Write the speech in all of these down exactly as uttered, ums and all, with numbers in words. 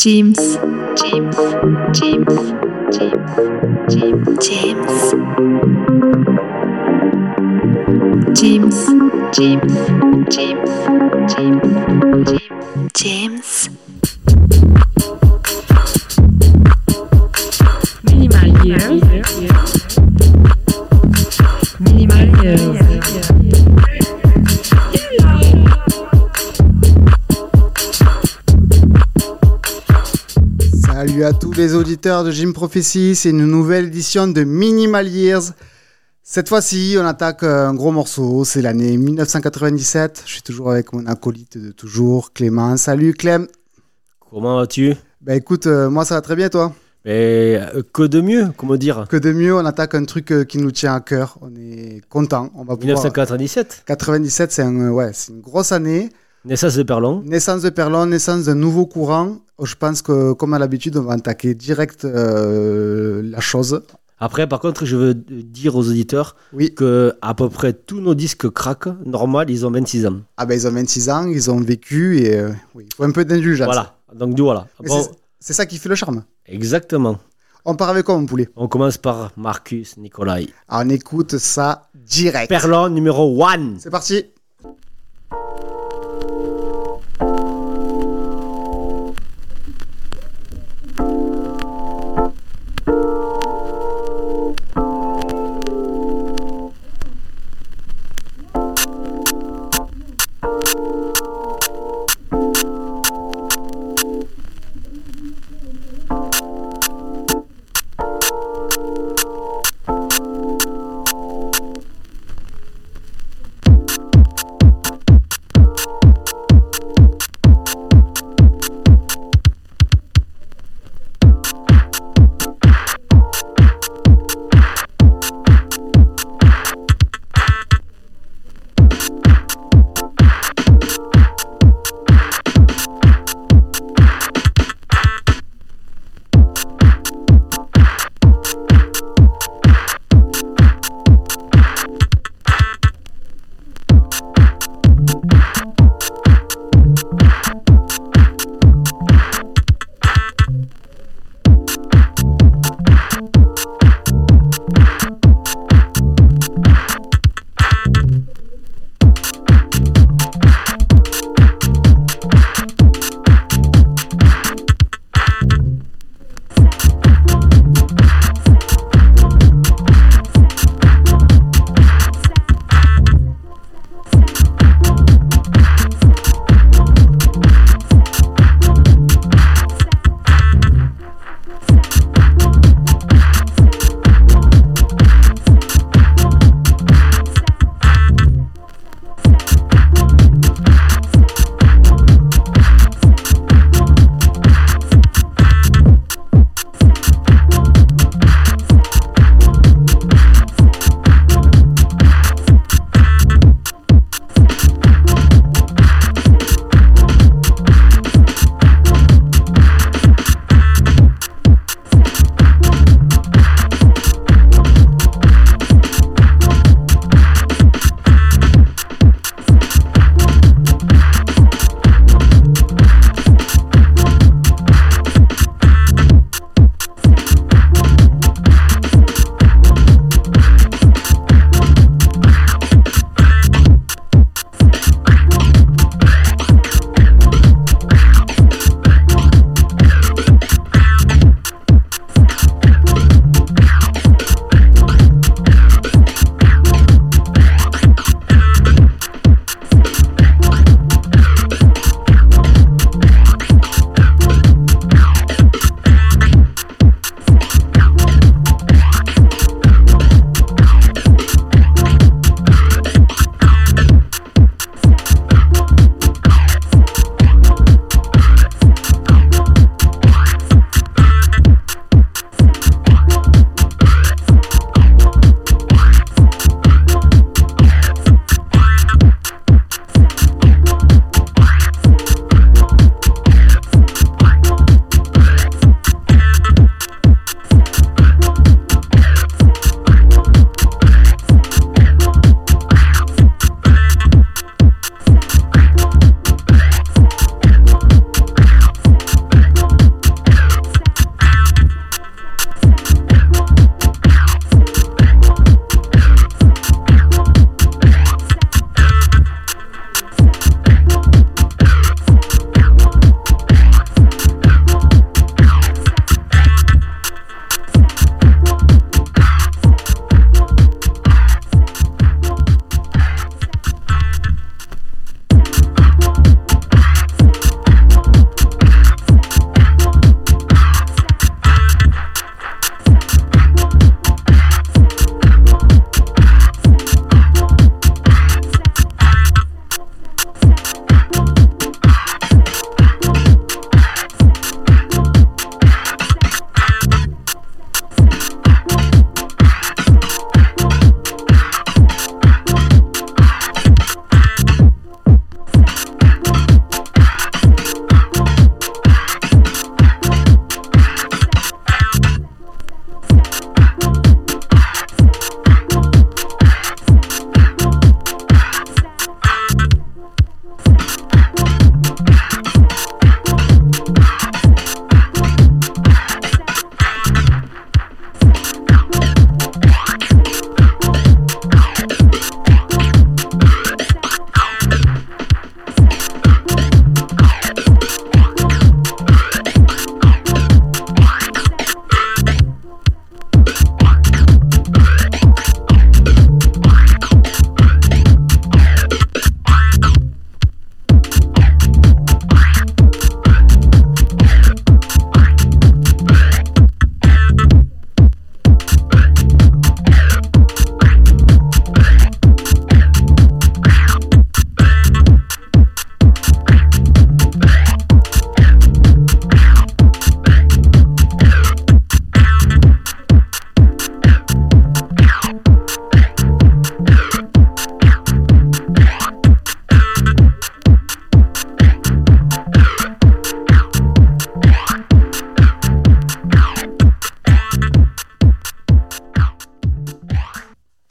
James, James, James, James, James, James, James, James, James, James, James. Minimal Years. Minimal Years. Salut à tous les auditeurs de Gym Prophecy, c'est une nouvelle édition de Minimal Years. Cette fois-ci, on attaque un gros morceau, c'est l'année dix-neuf cent quatre-vingt-dix-sept. Je suis toujours avec mon acolyte de toujours, Clément. Salut Clem. Comment vas-tu? Bah écoute, euh, moi ça va très bien, toi? Mais euh, que de mieux, comment dire? Que de mieux, on attaque un truc euh, qui nous tient à cœur. On est content. On va dix-neuf cent quatre-vingt-dix-sept. quatre-vingt-dix-sept, c'est un, euh, ouais, c'est une grosse année. Naissance de Perlon. Naissance de Perlon, naissance d'un nouveau courant. Je pense que, comme à l'habitude, on va attaquer direct euh, la chose. Après, par contre, je veux dire aux auditeurs oui. que à peu près tous nos disques craquent. Normal, ils ont vingt-six ans. Ah ben, ils ont vingt-six ans, ils ont vécu et euh, oui, il faut un peu d'indulgence. Voilà, donc voilà. Bon. C'est, c'est ça qui fait le charme. Exactement. On part avec quoi, mon poulet? On commence par Marcus Nicolai. Ah, on écoute ça direct. Perlon numéro un. C'est parti.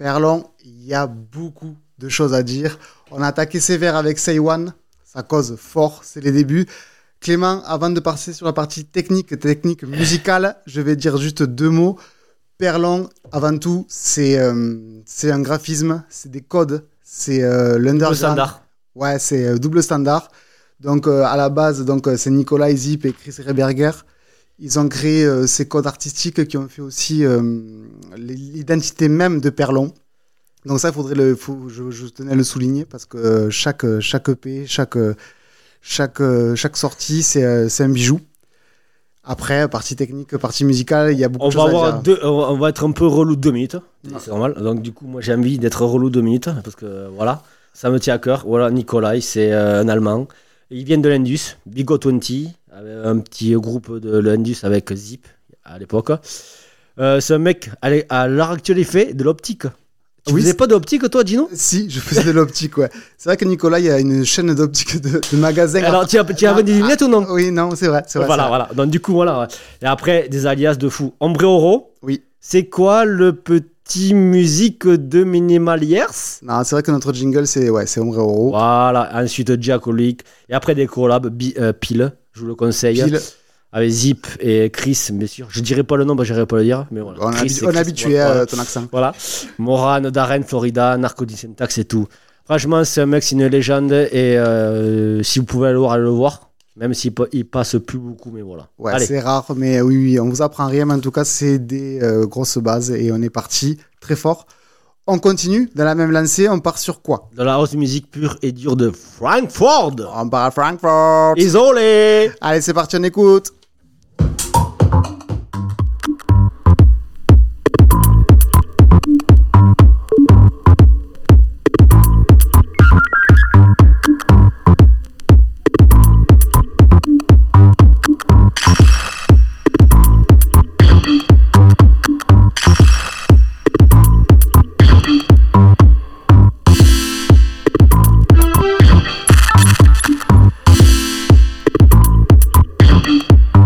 Perlon, il y a beaucoup de choses à dire. On a attaqué sévère avec Say One, ça cause fort, c'est les débuts. Clément, avant de passer sur la partie technique, technique musicale, je vais dire juste deux mots. Perlon, avant tout, c'est, euh, c'est un graphisme, c'est des codes, c'est euh, l'underground. Le standard. Ouais, c'est euh, double standard. Donc, euh, à la base, donc, euh, c'est Nicolas Zip et Chris Reberger. Ils ont créé euh, ces codes artistiques qui ont fait aussi euh, l'identité même de Perlon. Donc ça, il faudrait le, faut, je, je tenais à le souligner parce que euh, chaque, chaque E P, chaque, chaque, chaque sortie, c'est, c'est un bijou. Après, partie technique, partie musicale, il y a beaucoup on de choses va à avoir dire. deux, on va être un peu relou deux minutes, Ah. c'est normal. Donc du coup, moi j'ai envie d'être relou deux minutes parce que voilà, ça me tient à cœur. Voilà, Nikolai, c'est euh, un Allemand. Ils viennent de l'Indus, Bigot vingt, un petit groupe de l'Indus avec Zip à l'époque. Euh, c'est un mec à l'e- à l'heure actuelle il fait de l'optique. Tu Oui, faisais c'est- pas d'optique toi, Gino? Si, je faisais de l'optique, ouais. C'est vrai que Nicolas, il y a une chaîne d'optique de, de magasins. Alors tu as, tu as Ah, des lunettes ou non? Oui, non, c'est vrai. C'est vrai Voilà, c'est vrai. voilà. Donc du coup, voilà. ouais. Et après, des alias de fou. Ombreoro. Oui. C'est quoi le petit musique de Minimal Years? Non, c'est vrai que notre jingle, c'est, ouais, c'est Ombre Oro. Voilà. Ensuite, Diacolic. Et après, des collabs. Bi- euh, Pile, je vous le conseille. Pile. Avec Zip et Chris, bien sûr. Je dirais pas le nom, bah, j'irai pas le dire. Mais voilà. On, est Chris habitu- et on est Chris, habitué voilà. à ton accent. Voilà. Moran, Darren, Florida, Narcotic Syntax et tout. Franchement, c'est un mec, c'est une légende. Et euh, si vous pouvez aller le voir, allez le voir. Même s'il pa- il passe plus beaucoup, mais voilà. Ouais, Allez. c'est rare, mais oui, oui, on vous apprend rien, mais en tout cas, c'est des euh, grosses bases et on est parti très fort. On continue dans la même lancée, on part sur quoi? De la house musique pure et dure de Frankfurt. On part à Francfort. Isolé. Allez, c'est parti, on écoute. Thank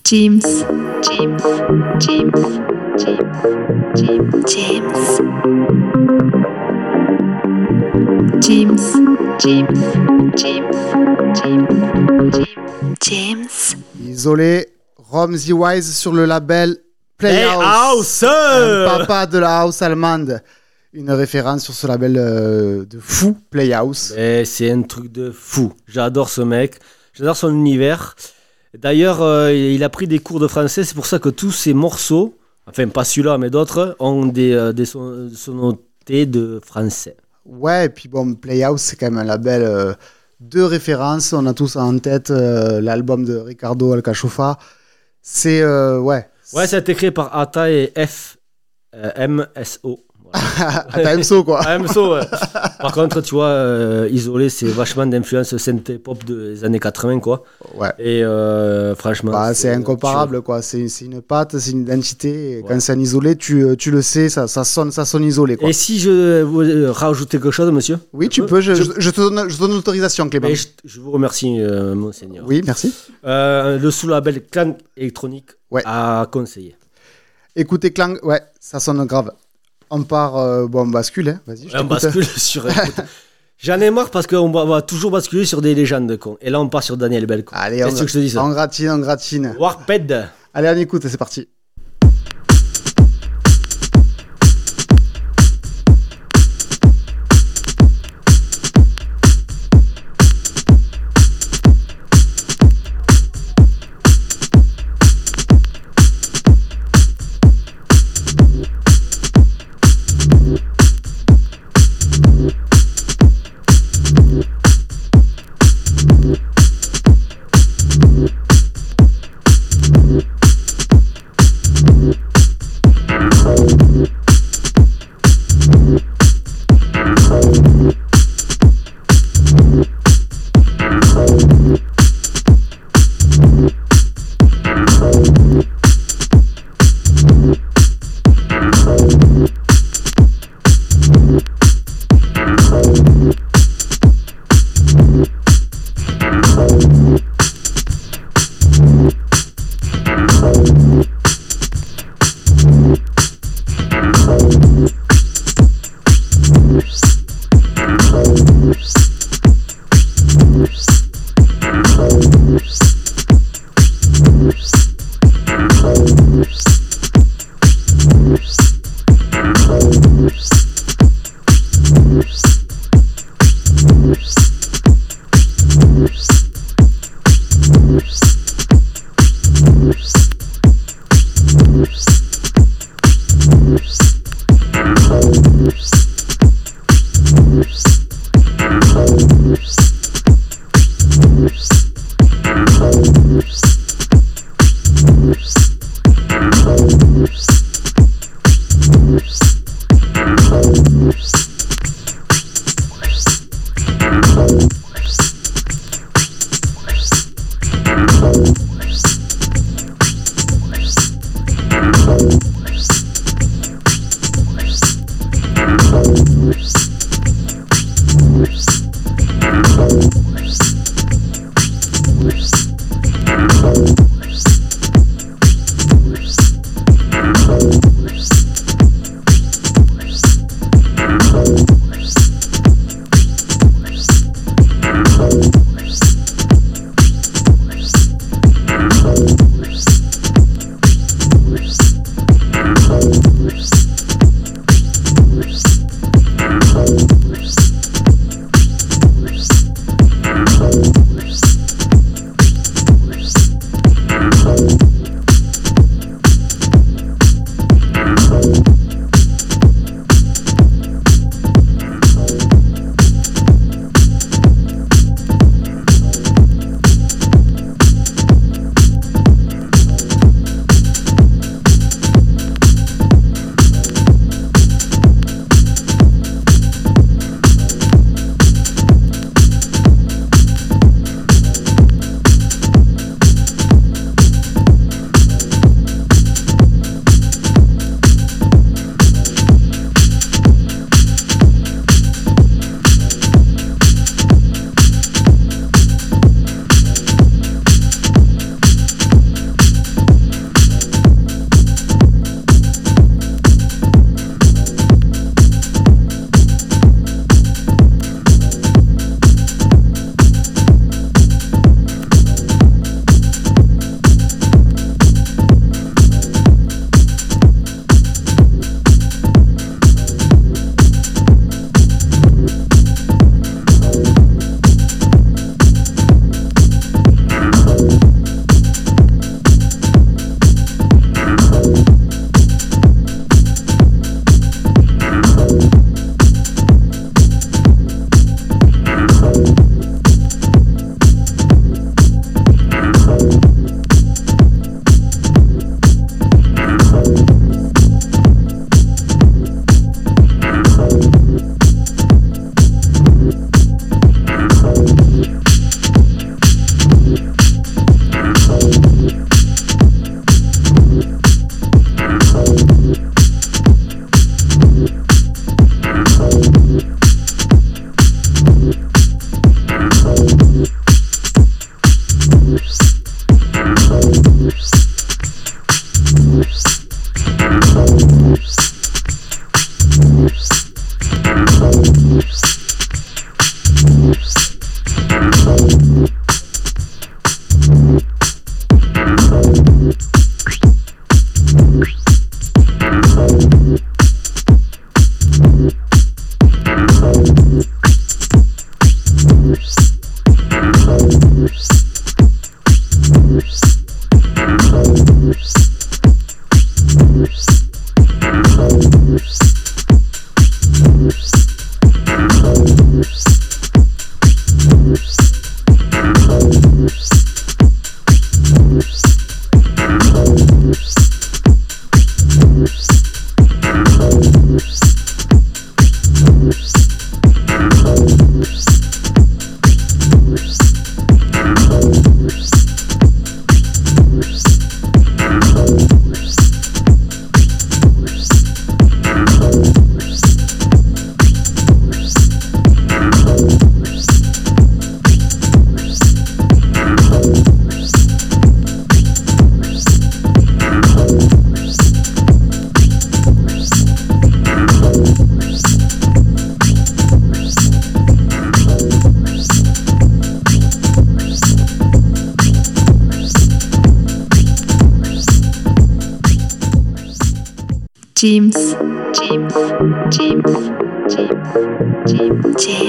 James, James, James, James, James, James, James, James, James, James, James. Isolé, Rom The Wise sur le label Playhouse, Playhouse, un papa de la house allemande. Une référence sur ce label euh, de fou, Playhouse. Et c'est un truc de fou. J'adore ce mec. J'adore son univers. D'ailleurs, euh, il a pris des cours de français. C'est pour ça que tous ces morceaux, enfin pas celui-là, mais d'autres, ont des, euh, des son- sonorités de français. Ouais, et puis bon, Playhouse, c'est quand même un label euh, de référence. On a tous en tête euh, l'album de Ricardo Alcachofa. C'est, euh, ouais. Ouais, ça a été créé par Ata et F euh, M S O. Voilà. T'as M S O, quoi. Ah, M S O, ouais. Par contre, tu vois, euh, Isolé, c'est vachement d'influence synthé pop des années quatre-vingts, quoi. Ouais. Et euh, franchement. Bah, c'est incomparable, quoi. C'est, c'est une patte, c'est une identité. Et Ouais. quand c'est un isolé, tu, tu le sais, ça, ça, sonne, ça sonne isolé, quoi. Et si je voulais rajouter quelque chose, monsieur? Oui, tu Je peux, je, je- je, je te donne, je te donne l'autorisation, Clément. Et je, je vous remercie, euh, monseigneur. Oui, merci. Euh, le sous-label Clan Électronique Ouais. a conseillé. Écoutez, Clang, ouais, ça sonne grave. On part, euh, bon, on bascule, hein. Vas-y, je On t'écoute. bascule sur. écoute, J'en ai marre parce qu'on va, va toujours basculer sur des légendes, con. Et là, on part sur Daniel Belko. Allez, Qu'est-ce on, que je te dis ça? on gratine, on gratine. Warped. Allez, on écoute, c'est parti. James, James, James, James, James,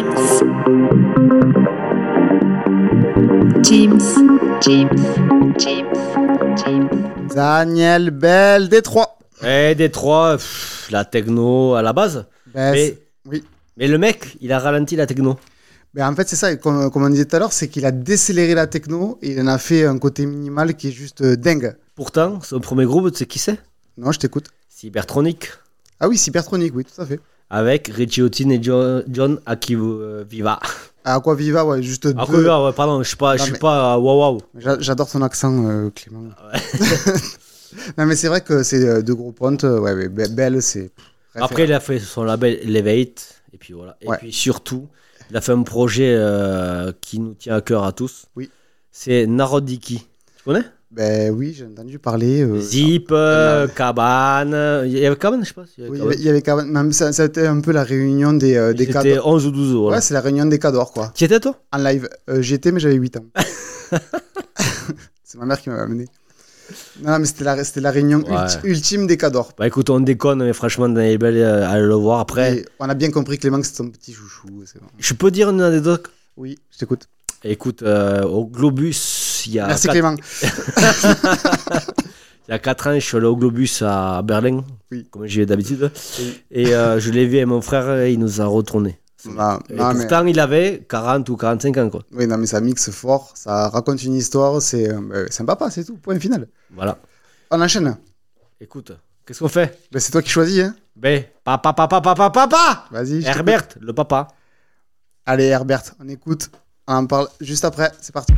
James, James, James, James. Daniel Bell, Détroit. Et Détroit, pff, la techno à la base. Ben, Mais- c'est- oui. Mais le mec, il a ralenti la techno. Ben, en fait, c'est ça, comme, comme on disait tout à l'heure, c'est qu'il a décéléré la techno et il en a fait un côté minimal qui est juste euh, dingue. Pourtant, son premier groupe, tu sais qui c'est? Non, je t'écoute. Cybertronic. Ah oui, Cybertronic, oui, tout à fait. Avec Richie Houghton et Jo- John Akiviva. À Aquaviva, ouais, juste deux. Aquaviva, ouais, pardon, je suis pas, je Non, suis mais- pas euh, waouh waouh. J'a- J'adore ton accent, euh, Clément. Non, mais c'est vrai que c'est euh, deux gros pontes. euh, Ouais, ouais, Be- Bell, c'est. Après, il a fait son label Elevate. Et puis voilà. Et Ouais. puis surtout, il a fait un projet euh, qui nous tient à cœur à tous. Oui. C'est Narodiki. Tu connais? Ben oui, j'ai entendu parler. euh, Zip, euh, Cabane. Il y avait Cabane, je sais pas. s'il y avait Oui, il y Cabane. avait- il y avait quand même. même ça, ça a été un peu la réunion des, euh, des C'était cadors. onze ou douze. Voilà. Ouais, c'est la réunion des cadors, quoi. Tu y étais, toi? En live. Euh, J'y étais, mais j'avais huit ans. C'est ma mère qui m'avait amené. Non, non, mais c'était la, c'était la réunion Ouais. ulti- ultime des cadors. Bah écoute, on déconne, mais franchement, Daniel Bell, euh, allez le voir. Après, Et on a bien compris, Clément, que c'était son petit chouchou. c'est bon. je peux dire une anecdote. Oui, je t'écoute. Écoute, euh, au Globus, il y a Merci, quatre- Clément. il y a quatre ans, je suis allé au Globus à Berlin, Oui. comme j'y vais d'habitude. Oui. Et euh, je l'ai vu avec mon frère, et il nous a retourné. Non, Et non, mais- pourtant, il avait quarante ou quarante-cinq ans, quoi. Oui, non, mais ça mixe fort, ça raconte une histoire, c'est euh, euh, c'est un papa, c'est tout, point final. Voilà. On enchaîne. Écoute, qu'est-ce qu'on fait? Ben, c'est toi qui choisis, hein. Ben, papa, papa, papa, papa! Vas-y. je t'écoute. Herbert, le papa. Allez, Herbert, on écoute. On en parle juste après. C'est parti.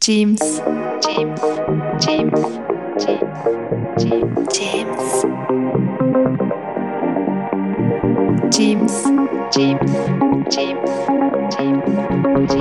James. James. James. James. James. James. James. James. James.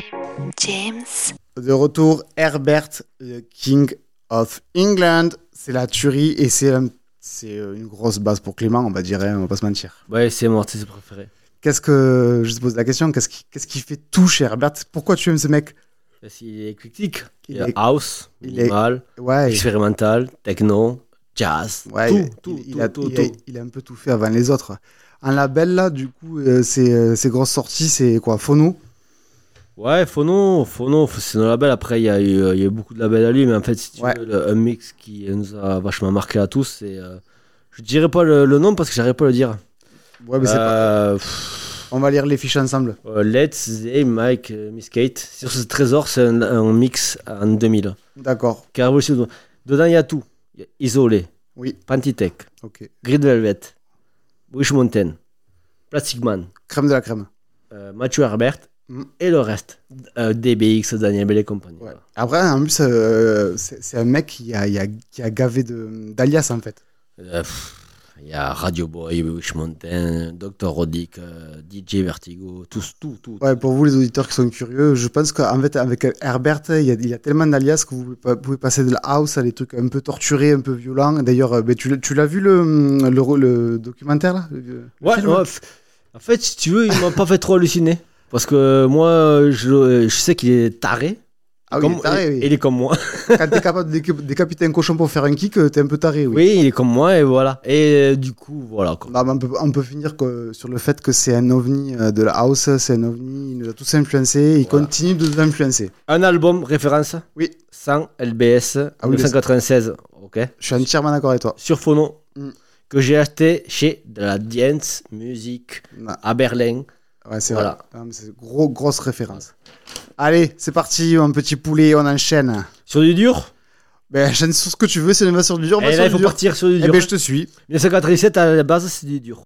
James. De retour, Herbert, le King of England. C'est la tuerie et c'est, un- c'est une grosse base pour Clément, on va dire, hein, on va pas se mentir. Ouais, c'est mon artiste préféré. Qu'est-ce que, je te pose la question, qu'est-ce qui, qu'est-ce qui fait tout chez Herbert? Pourquoi tu aimes ce mec? Parce qu'il est éclectique. Il Il y a est- house, il minimal, Ouais, il- expérimental, techno, jazz, ouais, tout, il, tout, il- il tout, a, tout, il a- tout. il a un peu tout fait avant les autres. Un label là, du coup, euh, ses, euh, ses grosses sorties, c'est quoi? Phono? Ouais, Phono, Phono, c'est nos labels. Après, il y, a eu, il y a eu beaucoup de labels à lui, mais en fait, si tu Ouais. veux, le- un mix qui nous a vachement marqué à tous, c'est. Euh, je dirais pas le, le nom parce que j'arrive pas à le dire. Ouais, mais c'est pas. Euh, pff, On va lire les fiches ensemble. euh, Let's Say Mike euh, Miss Kate. Sur ce trésor, c'est un, un mix en deux mille. D'accord. Qui a révolutionné. Dedans, il y a tout. Il y a Isolé, Oui, Pantitech, ok. Grid Velvet, Wish Mountain, Plastic Man, Crème de la crème. euh, Mathieu Herbert Mm. et le reste. Euh, D B X, Daniel Bell et compagnie. Ouais. Après, en plus, euh, c'est, c'est un mec qui a, il a- qui a gavé de, d'alias en fait. Euh, pff, Il y a Radio Boy, Wish Mountain, docteur Roddick, euh, D J Vertigo, tous, tout, tout. Ouais, pour vous les auditeurs qui sont curieux, je pense qu'en fait, avec Herbert, il y a, il y a tellement d'alias que vous pouvez pas- pouvez passer de la house à des trucs un peu torturés, un peu violents. D'ailleurs, euh, ben, tu, l'as- tu l'as vu le, le, le documentaire là? Le- le Ouais, film ouais, pff, en fait, si tu veux, il m'a pas fait trop halluciner. Parce que moi, je, je sais qu'il est taré. Ah oui, comme, il est taré, oui. et- Il est comme moi. Quand t'es capable de déca- décapiter un cochon pour faire un kick, euh, t'es un peu taré, oui. Oui, il est comme moi, et voilà. Et euh, du coup, voilà. Quoi. Non, mais on, peut, on peut finir que, sur le fait que c'est un ovni euh, de la house, c'est un ovni, il nous a tous influencés, il Voilà. continue de nous influencer. Un album référence Oui, sans L B S Ah oui, mille neuf cent quatre-vingt-seize, ok, je suis entièrement d'accord avec toi. sur Phono, Mm. que j'ai acheté chez de la Dance Music Non, à Berlin. ouais, c'est Voilà. vrai. Non, mais c'est gros, grosse référence. Allez, c'est parti, mon petit poulet, on enchaîne. Sur du dur. Ben, enchaîne sur ce que tu veux, c'est une va sur du dur, on va Et sur là, il du faut dur. partir sur du Eh dur. ben, je te suis. mille neuf cent quatre-vingt-dix-sept, à la base, c'est du dur.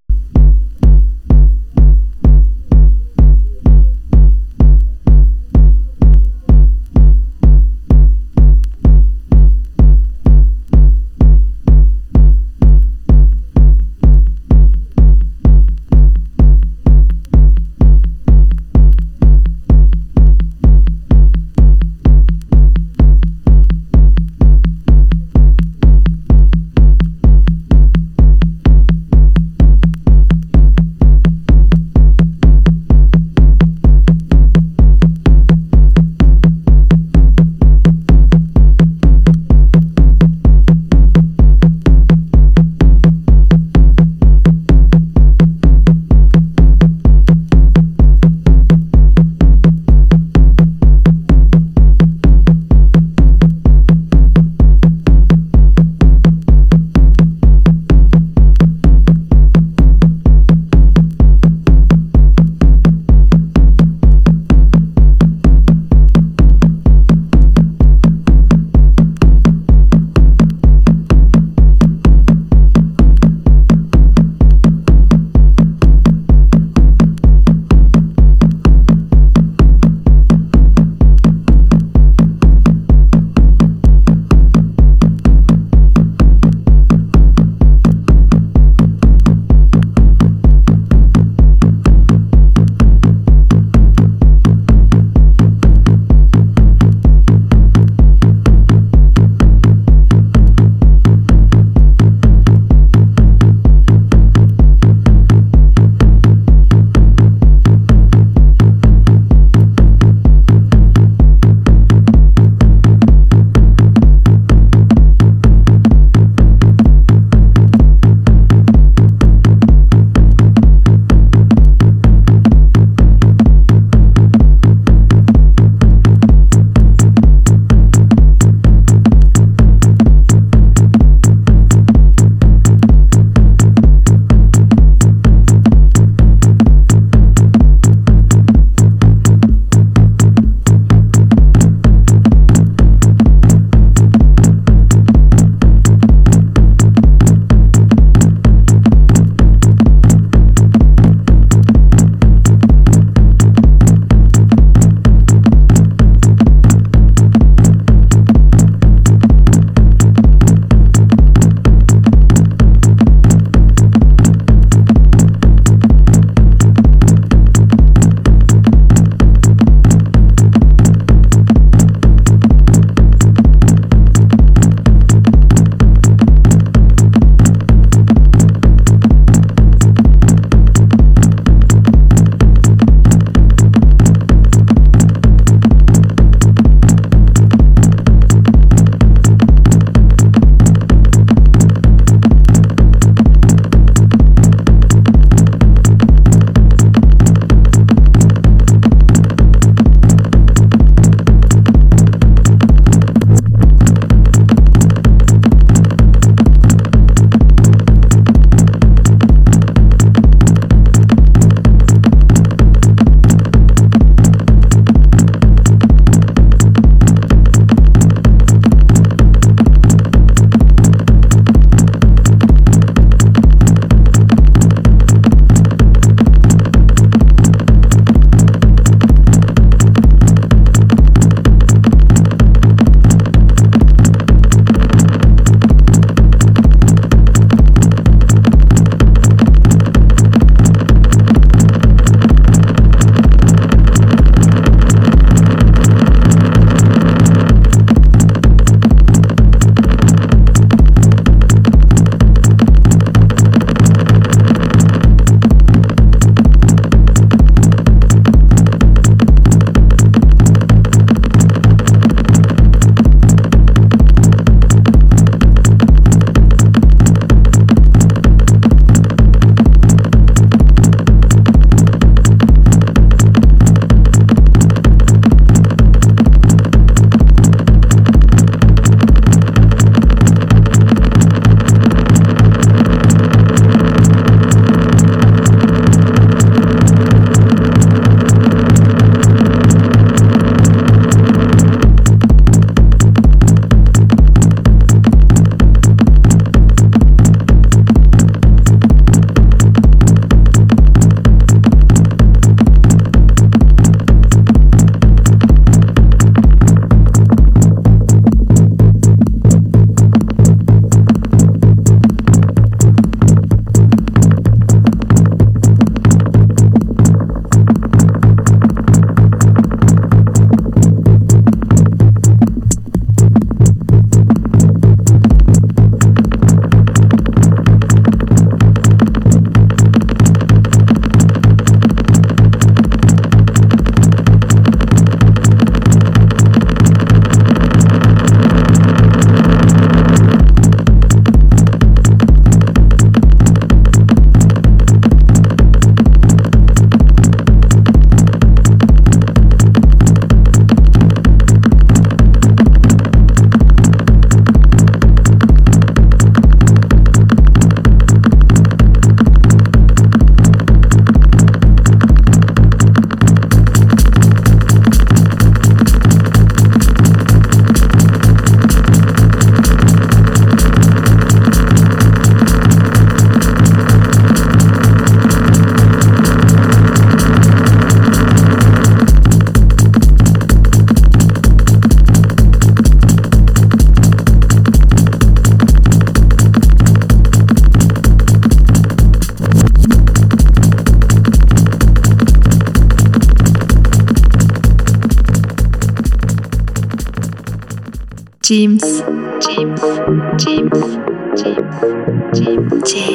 James, James, James, James, James,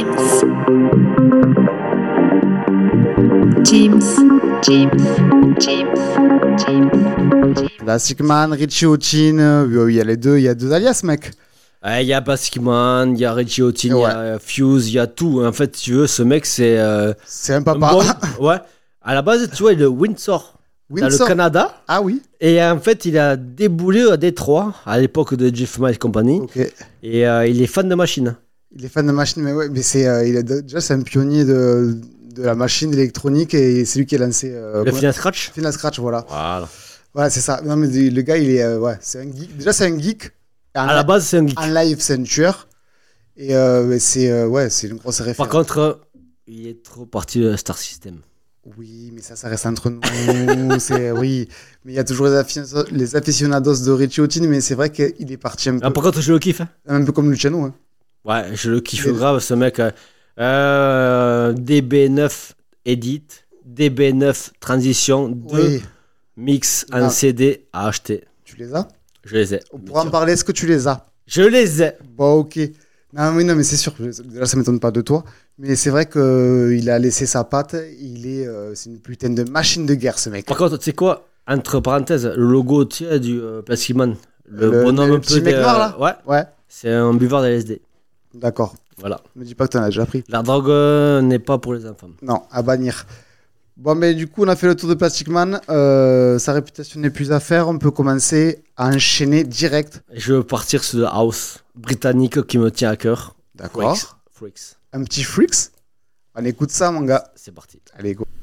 James, James, James, James. Plastic Man, Richie Houghton, euh, il y a les deux, il y a deux alias, mec. Il y a Plastic Man, il y a Richie Houghton, il Ouais. y a Fuse, il y a tout. En fait, si tu veux, ce mec, c'est. euh, C'est un un papa. bon- Ouais. À la base, tu vois, il est de Windsor, dans le Windsor. Canada. Ah oui. Et en fait, il a déboulé à Détroit, à l'époque de Jeff Miles Company. Ok. Et euh, il est fan de machines. Il est fan de machine, mais ouais, mais c'est, euh, il est de- déjà c'est un pionnier de, de la machine d'électronique et c'est lui qui a lancé. Euh, Le comment- Final Scratch. Final Scratch, voilà. Voilà. Voilà, c'est ça. Non mais le gars, il est, euh, ouais, c'est un geek. Déjà, c'est un geek. En, À la base, c'est un geek. en live, c'est un tueur. Et euh, c'est, euh, ouais, c'est une grosse référence. Par contre, euh, il est trop parti de Star System. Oui, mais ça, ça reste entre nous. c'est, oui, mais il y a toujours les, affi- les aficionados de Richie Houghton, mais c'est vrai qu'il est parti un peu, Ah, par contre, je le kiffe. Hein. un peu comme Luciano. Hein. Ouais, je le kiffe Mais- grave, ce mec. euh, euh, D B neuf Edit, D B neuf Transition, deux Oui, mix en Ah. C D à acheter. tu les as. Je les ai. On bien pourra en sûr. parler. Est-ce que tu les as? Je les ai. Bon, ok. Non, mais non, mais c'est sûr. Déjà, ça m'étonne pas de toi. Mais c'est vrai qu'il a laissé sa patte. Il est, euh, c'est une putain de machine de guerre, ce mec. Par contre, tu sais quoi? Entre parenthèses, le logo tu sais, du euh, Plastic Man, le, Le- bonhomme le un petit peu mec de- noir, là Ouais, Ouais. c'est un buveur de L S D. D'accord. Voilà. Me dis pas que t'en as déjà pris. La drogue euh, n'est pas pour les enfants. Non, à bannir. Bon, mais du coup, on a fait le tour de Plastic Man. Euh, sa réputation n'est plus à faire. On peut commencer à enchaîner direct. Je veux partir sur le house britannique qui me tient à cœur. D'accord. Freaks. Freaks. Un petit Freaks. On écoute ça, mon gars. C'est parti. Allez, go.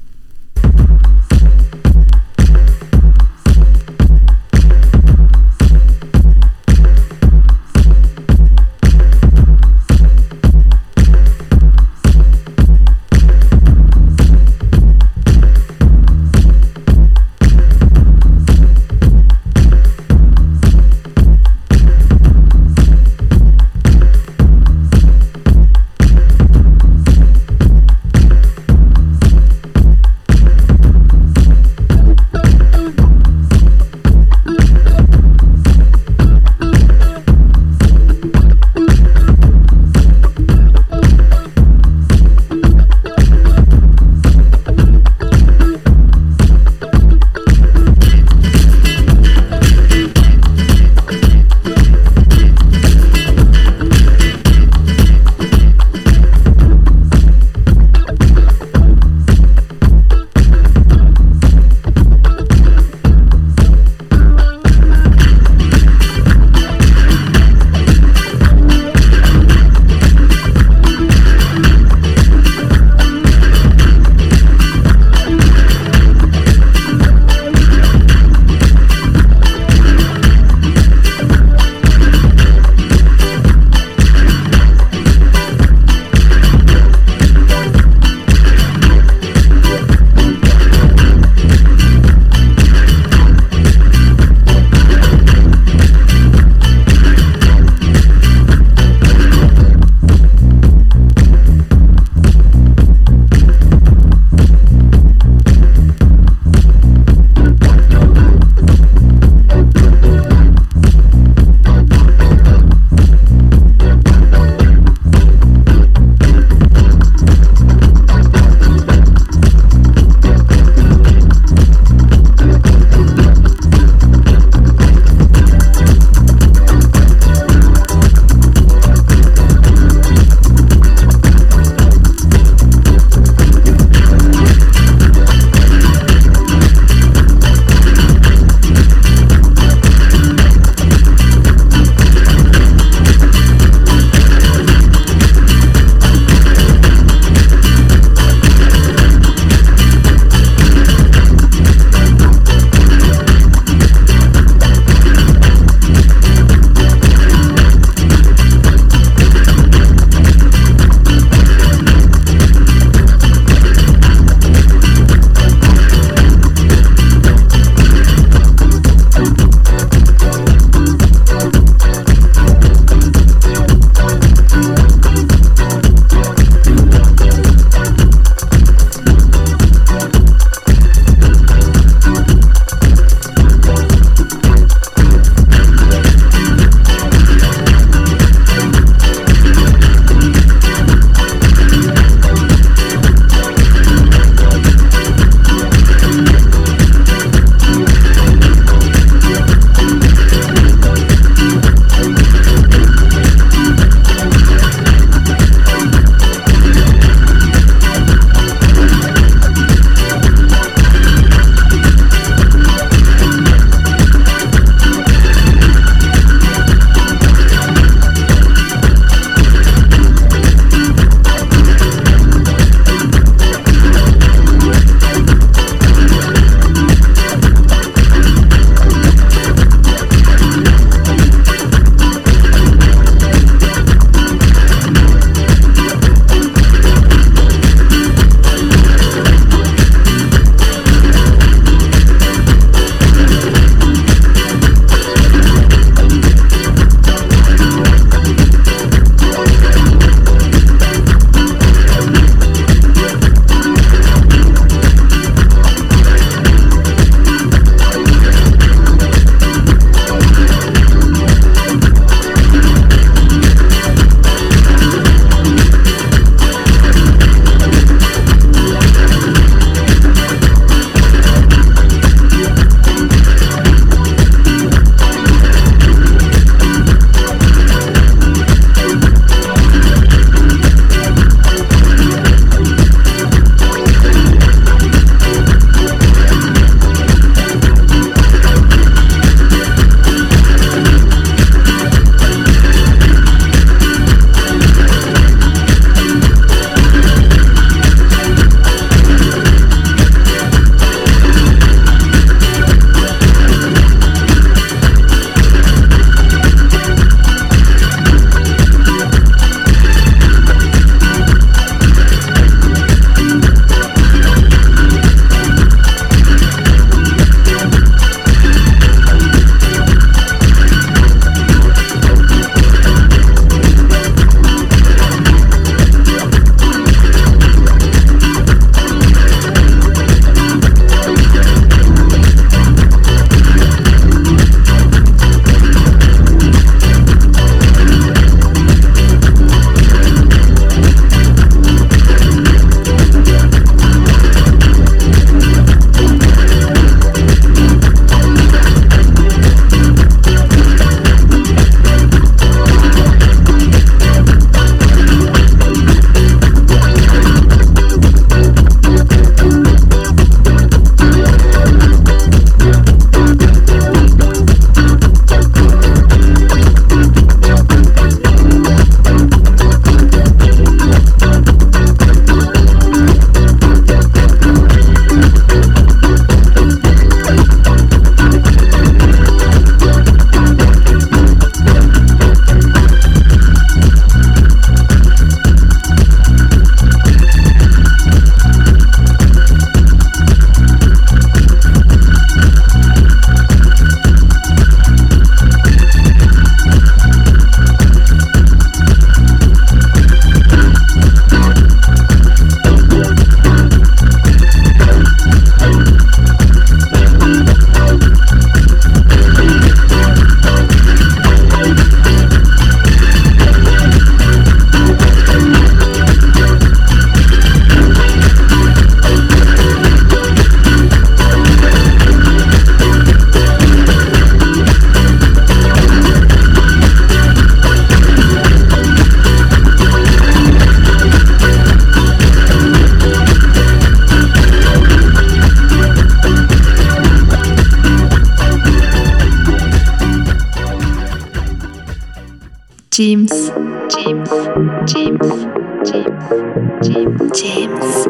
James, James, James, James, James, James,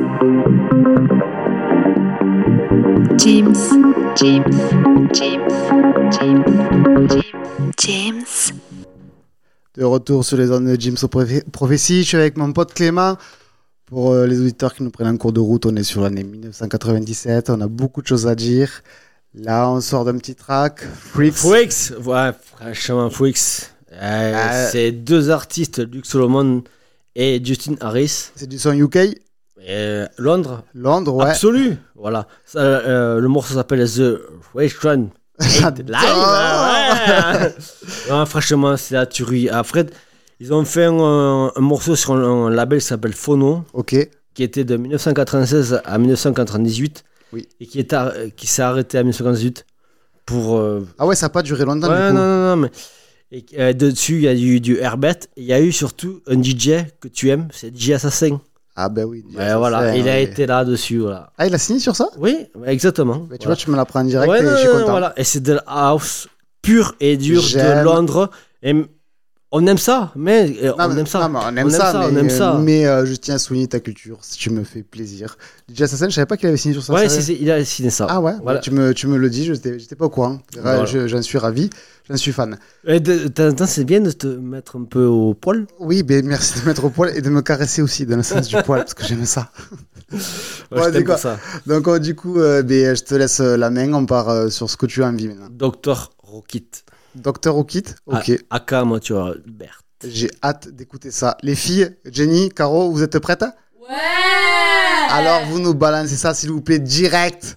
James, James, James, James, James. De retour sur les ondes de Jim's Prophecy, je suis avec mon pote Clément. Pour euh, les auditeurs qui nous prennent en cours de route, on est sur l'année dix-neuf cent quatre-vingt-dix-sept, on a beaucoup de choses à dire. Là, on sort d'un petit track, Freaks. Freaks, ouais, franchement, Freaks. Euh, Euh, C'est deux artistes, Luke Solomon et Justin Harris. C'est du son U K, Et Londres, Londres, ouais. absolu. Voilà. Ça, euh, le morceau s'appelle The Restaurant. Live, ouais. Ouais, franchement, c'est la tuerie. Après, ils ont fait un, un morceau sur un, un label qui s'appelle Phono, Ok, qui était de dix-neuf cent quatre-vingt-seize à dix-neuf cent quatre-vingt-dix-huit. Oui. Et qui, est ar- qui s'est arrêté à dix-neuf cent quatre-vingt-dix-huit pour. euh, ah ouais, ça n'a pas duré longtemps ouais, du coup. non, non, non, mais. Et euh, dessus, il y a du, du Herbert. Il y a eu surtout un D J que tu aimes, c'est D J Assassin. Ah ben oui. Ouais, ça, voilà, c'est- il a ouais. été là dessus. Voilà. Ah, il a signé sur ça? Oui, exactement. Bah, tu Voilà. vois, tu me l'apprends en direct Ouais, et non, je suis non, content. voilà. Et c'est de la house pure et dure de J'aime. Londres. Et m- on aime ça, mais euh, Non, on mais- aime ça. non, mais on aime On ça, aime ça, mais, on aime ça. mais euh, je tiens à souligner ta culture, si tu me fais plaisir. D J Assassin, je savais pas qu'il avait signé sur ça. Ouais, sérieux. c'est, c'est- il a signé ça. Ah ouais, Voilà. tu, me, tu me le dis, je n'étais j'étais pas au courant. Voilà. Je- J'en suis ravi, j'en suis fan. Et de, de temps en temps, c'est bien de te mettre un peu au poil. Oui, ben, merci de me mettre au poil et de me caresser aussi, dans le sens du poil, parce que j'aime ça. Ouais, Ouais, je t'aime d'accord. pour ça. Donc euh, du coup, euh, ben, je te laisse euh, la main, on part euh, sur ce que tu as envie maintenant. Docteur Rockit. Docteur Okit, ok. A- Aka, moi, tu vois, Bert. J'ai hâte d'écouter ça. Les filles, Jenny, Caro, vous êtes prêtes? Ouais. Alors vous nous balancez ça, s'il vous plaît, direct.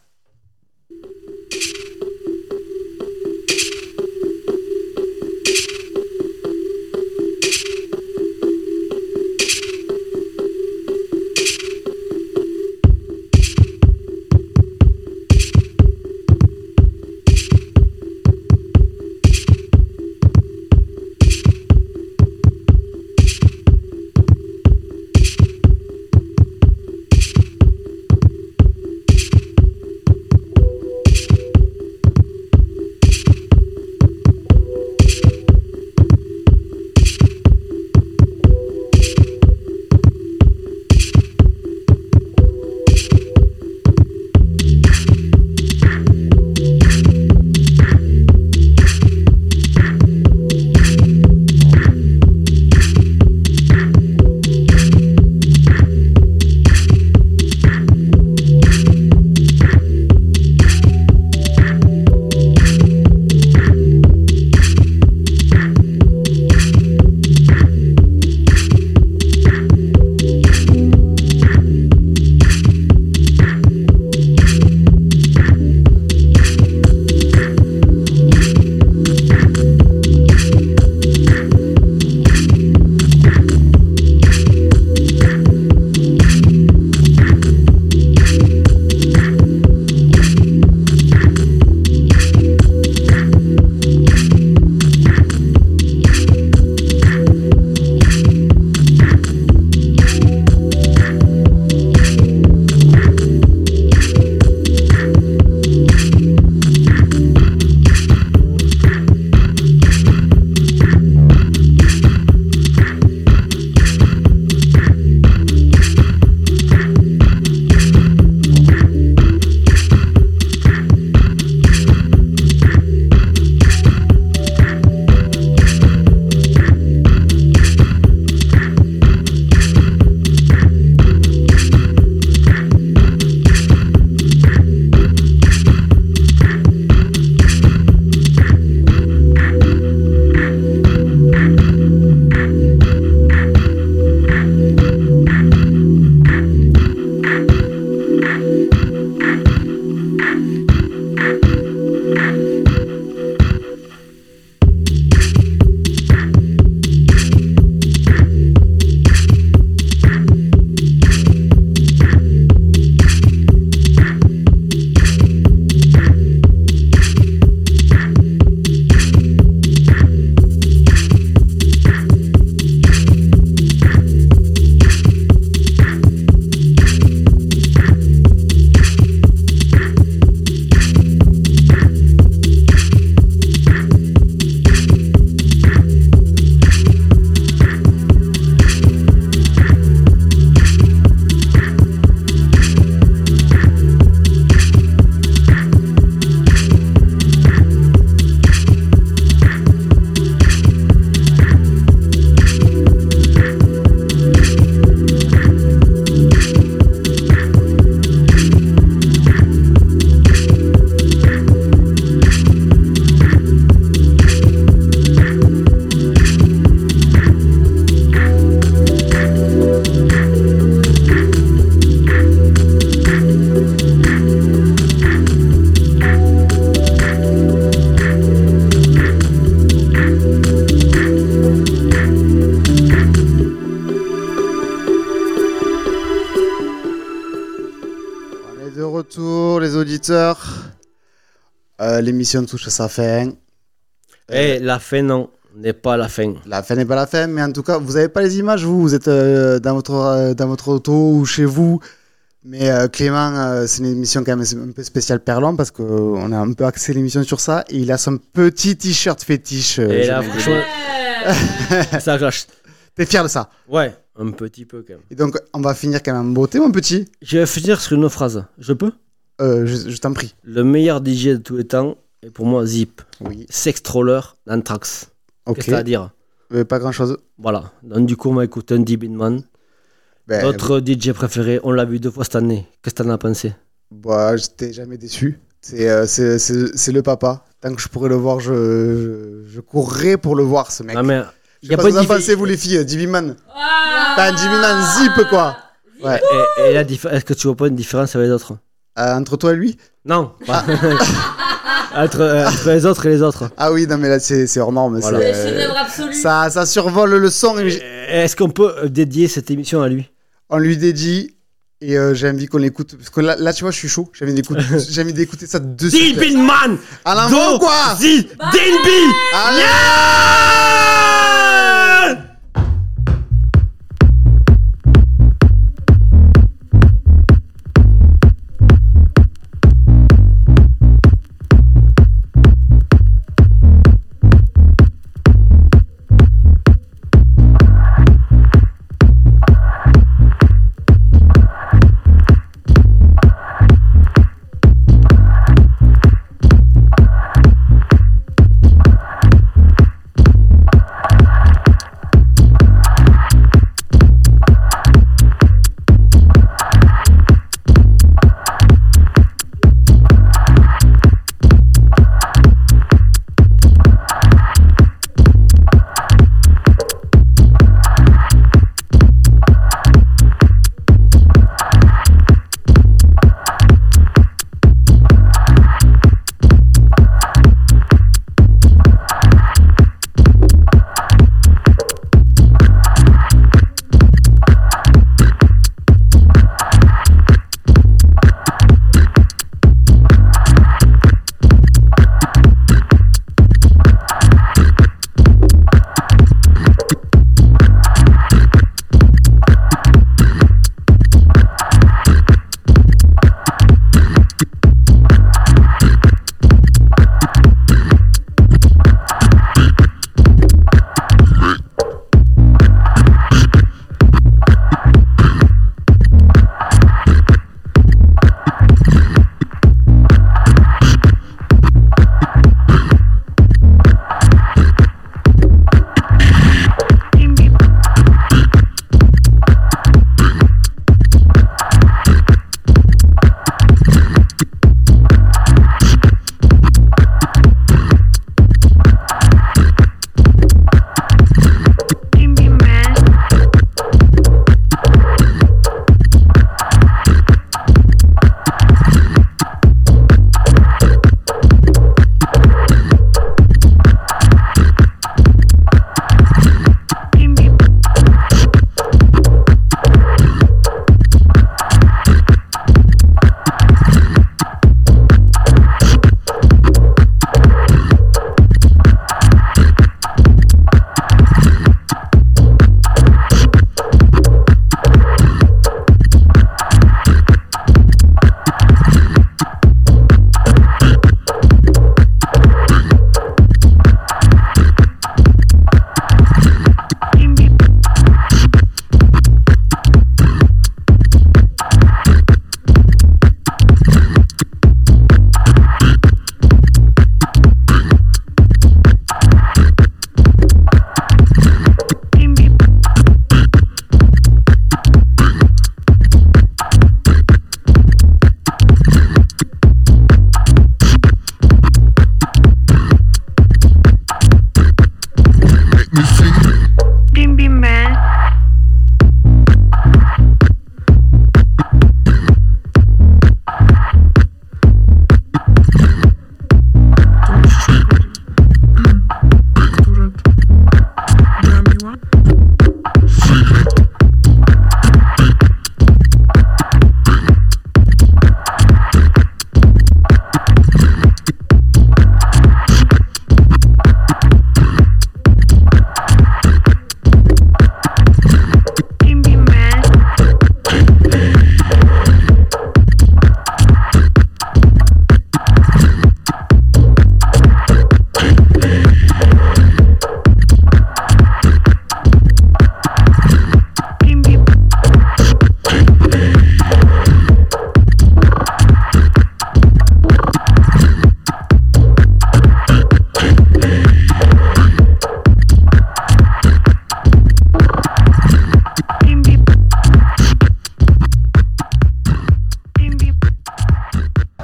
de retour, les auditeurs. Euh, L'émission touche à sa fin. Et la fin, non, n'est pas la fin. La fin n'est pas la fin, mais en tout cas, vous n'avez pas les images, vous. Vous êtes euh, dans, votre, euh, dans votre auto ou chez vous. Mais euh, Clément, euh, c'est une émission quand même un peu spéciale Perlon parce qu'on a un peu axé l'émission sur ça. Et il a son petit t-shirt fétiche. Euh, Et là, je- franchement, ça clash. T'es fier de ça? Ouais, un petit peu quand même. Et donc, on va finir quand même en beauté, mon petit. Je vais finir sur une phrase. Je peux? Euh, je je t'en prie. Le meilleur D J de tous les temps est pour moi Zip. Oui. Sex Troller d'Anthrax. Ok. Qu'est-ce que t'as à dire? Euh, pas grand-chose. Voilà. Donc, du coup, on va écouter un D Binman. Ben, Notre D J préféré, on l'a vu deux fois cette année. Qu'est-ce que t'en as pensé? Bah, j'étais jamais déçu. C'est euh, c'est- c'est- c'est le papa. Tant que je pourrais le voir, je, je, je courrais pour le voir, ce mec. Ah, mais Je y sais a pas pas ce que de vous en diffé- pensez, vous les filles, Jimmy Man. Ah Enfin, Jimmy Man Zip, quoi. Ouais. Et, et la diffé- est-ce que tu vois pas une différence avec les autres? Euh, entre toi et lui? Non, pas. entre, euh, entre les autres et les autres. Ah oui, non, mais là, c'est c'est hors norme. Voilà. c'est, Le euh, chef-d'œuvre absolu. ça, ça survole le son. et j- Est-ce qu'on peut euh, dédier cette émission à lui? On lui dédie. Et euh, j'ai envie qu'on l'écoute. Parce que là, là, tu vois, je suis chaud. J'ai envie d'écouter, j'ai envie d'écouter ça de D suite. Binman! À l'envoi ou quoi? Z D B! Allez!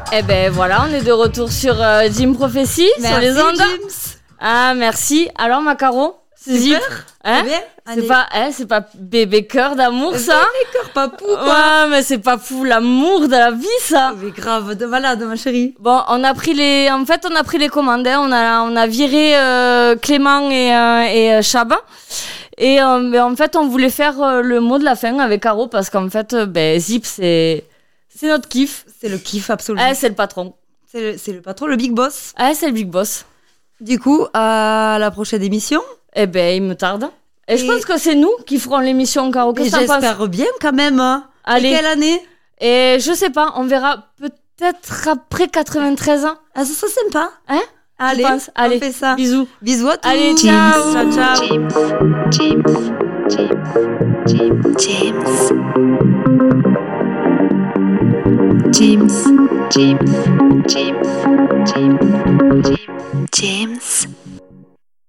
Eh ben voilà, on est de retour sur euh, Jim Prophecy, Merci, sur les ondes. James. Ah, merci. Alors, Macaro, c'est Zip. Hein Bien. c'est Allez. pas, hein, c'est pas bébé cœur d'amour, ça. Bébé cœur papou, quoi. Ouais, mais c'est pas fou l'amour de la vie, ça. Mais grave, de malade, ma chérie. Bon, on a pris les, en fait, on a pris les commandes. Hein. On a, on a viré euh, Clément et euh, et euh, Chaba. Et euh, mais en fait, on voulait faire euh, le mot de la fin avec Caro parce qu'en fait, euh, ben Zip, c'est, c'est notre kiff. C'est le kiff absolu. Ah, c'est le patron. C'est le, c'est le patron, le big boss. Ah, c'est le big boss. Du coup, à la prochaine émission. Eh ben, il me tarde. Et, Et- je pense que c'est nous qui ferons l'émission, Caro. Et Qu'est-ce que t'en penses? j'espère bien quand même. hein. Allez. Et quelle année? Et je sais pas, on verra peut-être après quatre-vingt-treize ans. Ah, ça serait sympa. Hein? Allez, Je pense. on Allez. fait ça. Bisous. Bisous à tous. Allez, James. ciao. Ciao, ciao. James, James, James, James, James, James, James, James, James, James.